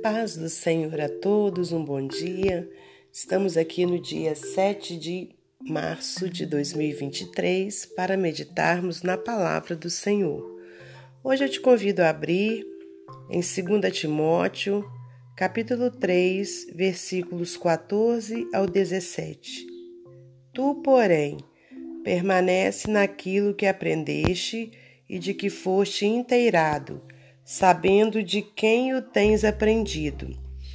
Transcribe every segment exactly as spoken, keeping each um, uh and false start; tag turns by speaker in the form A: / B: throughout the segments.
A: paz do Senhor a todos, um bom dia. Estamos aqui no dia sete de março de dois mil e vinte e três para meditarmos na palavra do Senhor. Hoje eu te convido a abrir em dois Timóteo, capítulo três, versículos quatorze ao dezessete. Tu, porém, permanece naquilo que aprendeste e de que foste inteirado, sabendo de quem o tens aprendido,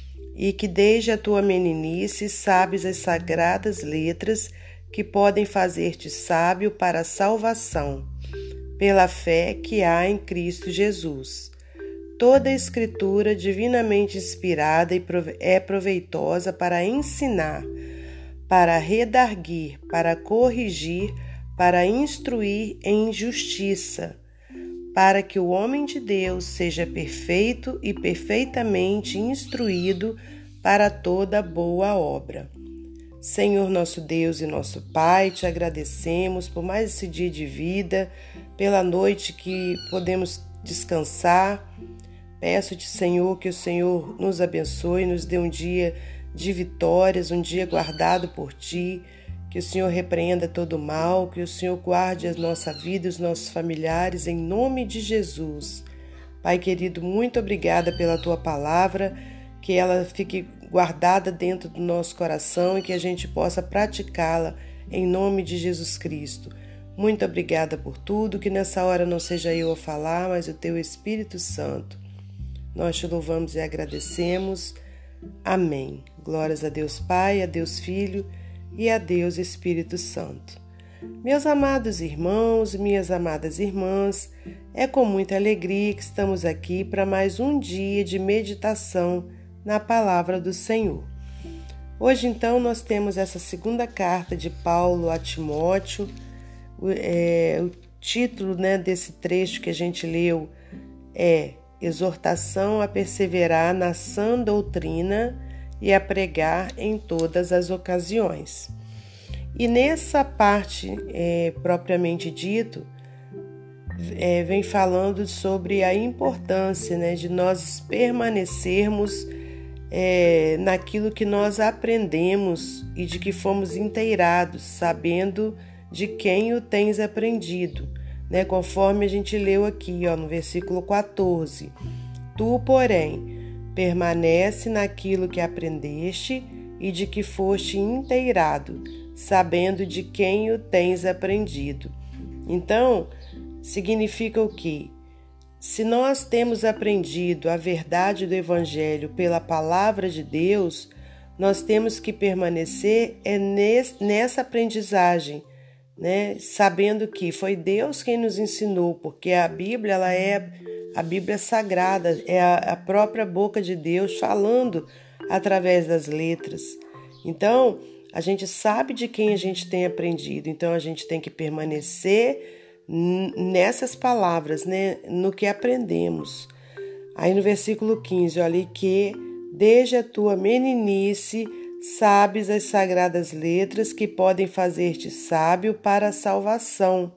A: e que desde a tua meninice sabes as sagradas letras que podem fazer-te sábio para a salvação, pela fé que há em Cristo Jesus. Toda a Escritura divinamente inspirada é proveitosa para ensinar, para redarguir, para corrigir, para instruir em justiça, para que o homem de Deus seja perfeito e perfeitamente instruído para toda boa obra. Senhor nosso Deus e nosso Pai, te agradecemos por mais esse dia de vida, pela noite que podemos descansar. Peço-te, Senhor, que o Senhor nos abençoe, nos dê um dia de vitórias, um dia guardado por Ti, que o Senhor repreenda todo o mal, que o Senhor guarde a nossa vida e os nossos familiares, em nome de Jesus. Pai querido, muito obrigada pela Tua palavra, que ela fique guardada dentro do nosso coração e que a gente possa praticá-la em nome de Jesus Cristo. Muito obrigada por tudo, que nessa hora não seja eu a falar, mas o Teu Espírito Santo. Nós te louvamos e agradecemos. Amém. Glórias a Deus Pai, a Deus Filho e a Deus Espírito Santo. Meus amados irmãos e minhas amadas irmãs, é com muita alegria que estamos aqui para mais um dia de meditação na Palavra do Senhor. Hoje, então, nós temos essa segunda carta de Paulo a Timóteo. É, o título, né, desse trecho que a gente leu é Exortação a perseverar na sã doutrina e a pregar em todas as ocasiões. E nessa parte, é, propriamente dito, é, vem falando sobre a importância, né, de nós permanecermos é, naquilo que nós aprendemos e de que fomos inteirados, sabendo de quem o tens aprendido, né, conforme a gente leu aqui, ó, no versículo quatorze. Tu, porém, permanece naquilo que aprendeste e de que foste inteirado, sabendo de quem o tens aprendido. Então, significa o quê? Se nós temos aprendido a verdade do Evangelho pela palavra de Deus, nós temos que permanecer é nessa aprendizagem, né? Sabendo que foi Deus quem nos ensinou, porque a Bíblia ela é a Bíblia sagrada, é a, a própria boca de Deus falando através das letras. Então, a gente sabe de quem a gente tem aprendido, então a gente tem que permanecer nessas palavras, né? No que aprendemos. Aí no versículo quinze, olha, que desde a tua meninice sabes as sagradas letras que podem fazer-te sábio para a salvação,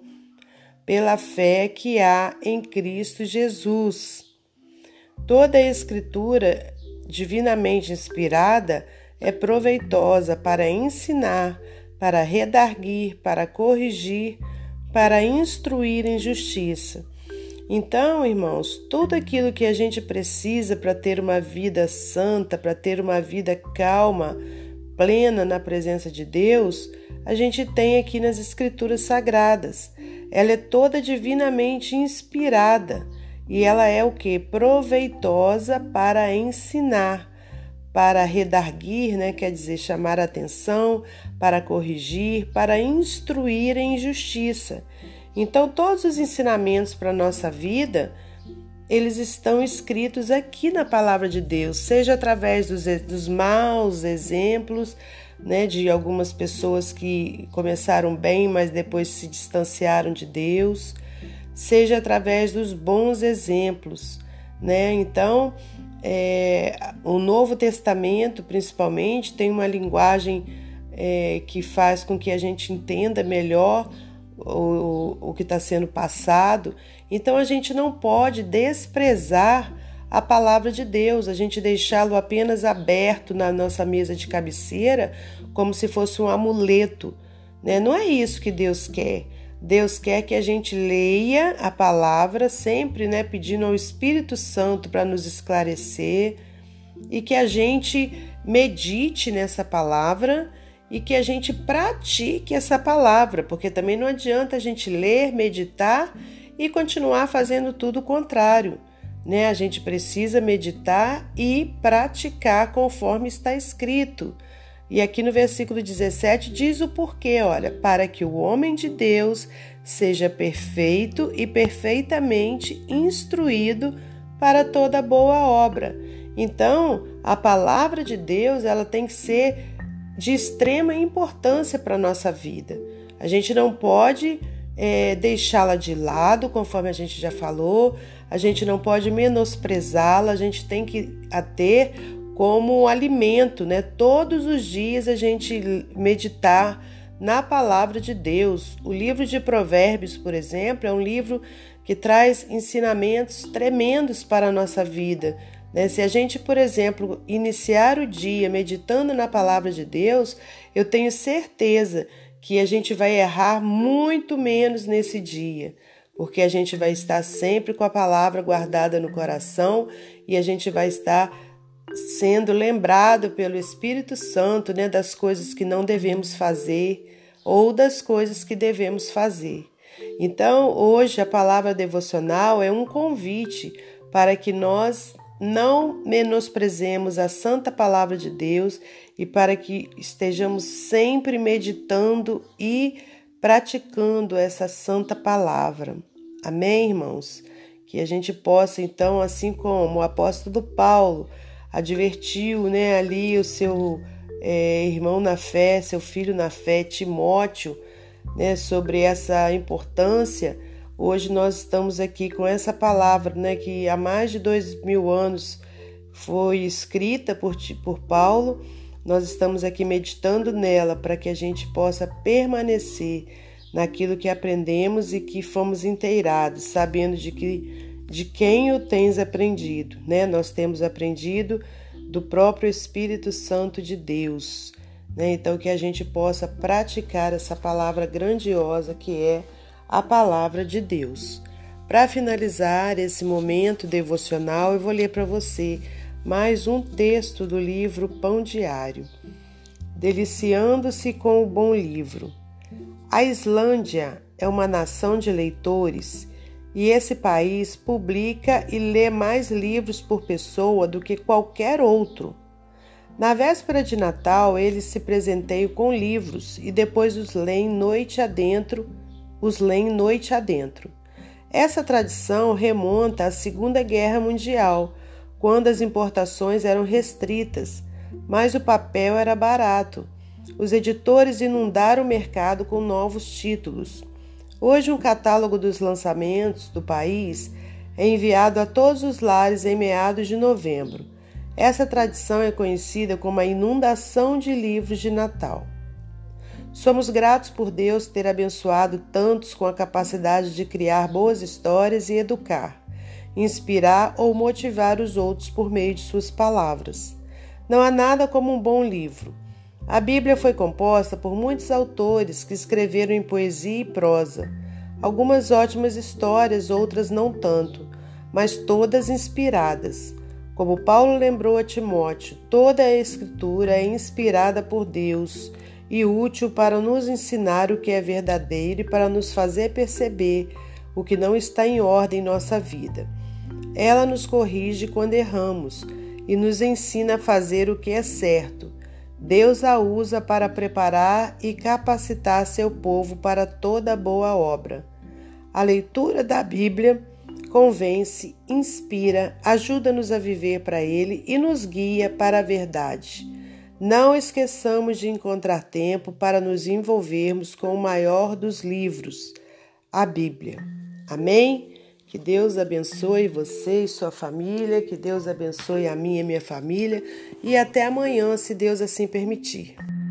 A: pela fé que há em Cristo Jesus. Toda a Escritura divinamente inspirada é proveitosa para ensinar, para redarguir, para corrigir, para instruir em justiça. Então, irmãos, tudo aquilo que a gente precisa para ter uma vida santa, para ter uma vida calma, plena na presença de Deus, a gente tem aqui nas Escrituras Sagradas. Ela é toda divinamente inspirada e ela é o que? Proveitosa para ensinar, para redarguir, né? Quer dizer, chamar a atenção, para corrigir, para instruir em justiça. Então, todos os ensinamentos para a nossa vida, eles estão escritos aqui na Palavra de Deus, seja através dos, dos maus exemplos, né, de algumas pessoas que começaram bem, mas depois se distanciaram de Deus, seja através dos bons exemplos, né? Então, é, o Novo Testamento, principalmente, tem uma linguagem é, que faz com que a gente entenda melhor o, o que está sendo passado. Então, a gente não pode desprezar a palavra de Deus, a gente deixá-lo apenas aberto na nossa mesa de cabeceira, como se fosse um amuleto, né? Não é isso que Deus quer. Deus quer que a gente leia a palavra sempre, né, pedindo ao Espírito Santo para nos esclarecer e que a gente medite nessa palavra e que a gente pratique essa palavra, porque também não adianta a gente ler, meditar e continuar fazendo tudo o contrário, né? A gente precisa meditar e praticar conforme está escrito. E aqui no versículo dezessete diz o porquê, olha, para que o homem de Deus seja perfeito e perfeitamente instruído para toda boa obra. Então, a palavra de Deus, ela tem que ser de extrema importância para a nossa vida. A gente não pode é, deixá-la de lado, conforme a gente já falou, a gente não pode menosprezá-la, a gente tem que a ter como alimento, né? Todos os dias a gente meditar na palavra de Deus. O livro de Provérbios, por exemplo, é um livro que traz ensinamentos tremendos para a nossa vida, né? Se a gente, por exemplo, iniciar o dia meditando na palavra de Deus, eu tenho certeza que a gente vai errar muito menos nesse dia, porque a gente vai estar sempre com a palavra guardada no coração e a gente vai estar sendo lembrado pelo Espírito Santo, né, das coisas que não devemos fazer ou das coisas que devemos fazer. Então, hoje a palavra devocional é um convite para que nós não menosprezemos a santa palavra de Deus e para que estejamos sempre meditando e praticando essa santa palavra. Amém, irmãos? Que a gente possa, então, assim como o apóstolo Paulo advertiu, né, ali o seu é, irmão na fé, seu filho na fé, Timóteo, né, sobre essa importância. Hoje nós estamos aqui com essa palavra, né, que há mais de dois mil anos foi escrita por, por Paulo. Nós estamos aqui meditando nela para que a gente possa permanecer naquilo que aprendemos e que fomos inteirados, sabendo de que de quem o tens aprendido, né? Nós temos aprendido do próprio Espírito Santo de Deus, né? Então que a gente possa praticar essa palavra grandiosa que é a palavra de Deus. Para finalizar esse momento devocional, eu vou ler para você mais um texto do livro Pão Diário. Deliciando-se com o bom livro. A Islândia é uma nação de leitores e esse país publica e lê mais livros por pessoa do que qualquer outro. Na véspera de Natal, eles se presenteiam com livros e depois os leem noite adentro, os leem noite adentro. Essa tradição remonta à Segunda Guerra Mundial, quando as importações eram restritas, mas o papel era barato. Os editores inundaram o mercado com novos títulos. Hoje, um catálogo dos lançamentos do país é enviado a todos os lares em meados de novembro. Essa tradição é conhecida como a inundação de livros de Natal. Somos gratos por Deus ter abençoado tantos com a capacidade de criar boas histórias e educar, inspirar ou motivar os outros por meio de suas palavras. Não há nada como um bom livro. A Bíblia foi composta por muitos autores que escreveram em poesia e prosa. Algumas ótimas histórias, outras não tanto, mas todas inspiradas. Como Paulo lembrou a Timóteo, toda a Escritura é inspirada por Deus e útil para nos ensinar o que é verdadeiro e para nos fazer perceber o que não está em ordem em nossa vida. Ela nos corrige quando erramos e nos ensina a fazer o que é certo. Deus a usa para preparar e capacitar seu povo para toda boa obra. A leitura da Bíblia convence, inspira, ajuda-nos a viver para Ele e nos guia para a verdade. Não esqueçamos de encontrar tempo para nos envolvermos com o maior dos livros, a Bíblia. Amém? Que Deus abençoe você e sua família, que Deus abençoe a minha e minha família e até amanhã, se Deus assim permitir.